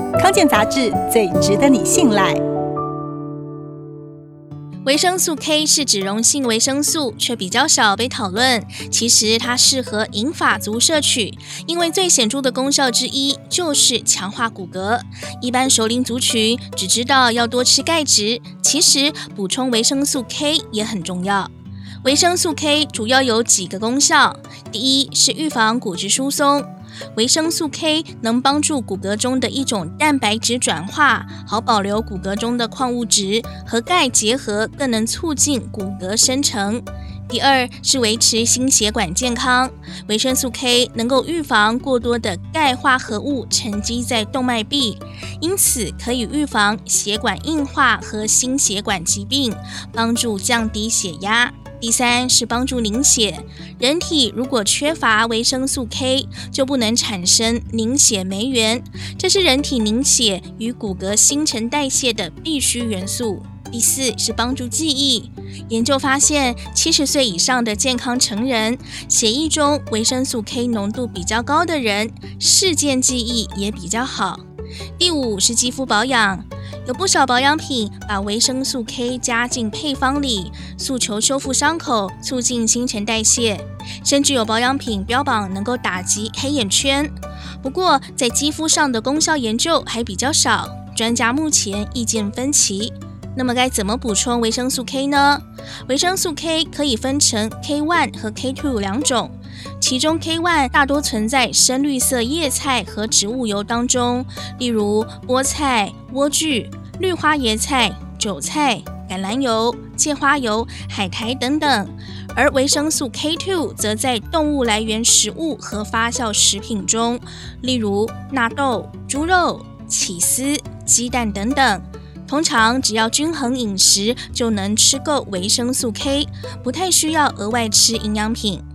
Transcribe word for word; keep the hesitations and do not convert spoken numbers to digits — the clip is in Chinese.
康健杂志最值得你信赖。 维生素 K 是脂溶性维生素，却比较少被讨论。其实它适合银发族摄取，因为最显著的功效之一就是强化骨骼。一般熟龄族群只知道要多吃钙质，其实补充维生素 K 也很重要。维生素 K 主要有几个功效，第一是预防骨质疏松。维生素 K 能帮助骨骼中的一种蛋白质转化，好保留骨骼中的矿物质，和钙结合更能促进骨骼生成。第二是维持心血管健康，维生素 K 能够预防过多的钙化合物沉积在动脉壁，因此可以预防血管硬化和心血管疾病，帮助降低血压。第三是帮助凝血，人体如果缺乏维生素 K， 就不能产生凝血酶原，这是人体凝血与骨骼新陈代谢的必需元素。第四是帮助记忆，研究发现七十岁以上的健康成人，血液中维生素 K 浓度比较高的人，事件记忆也比较好。第五是肌肤保养，有不少保养品把维生素 K 加进配方里，诉求修复伤口，促进新陈代谢，甚至有保养品标榜能够打击黑眼圈。不过在肌肤上的功效研究还比较少，专家目前意见分歧。那么该怎么补充维生素 K 呢？维生素 K 可以分成 K 一 和 K 二 两种，其中 K 一 大多存在深绿色叶菜和植物油当中，例如菠菜、莴苣、绿花椰菜、韭菜、橄榄油、芥花油、海苔等等。而维生素 K 二 则在动物来源食物和发酵食品中，例如纳豆、猪肉、起司、鸡蛋等等。通常只要均衡饮食就能吃够维生素 K， 不太需要额外吃营养品。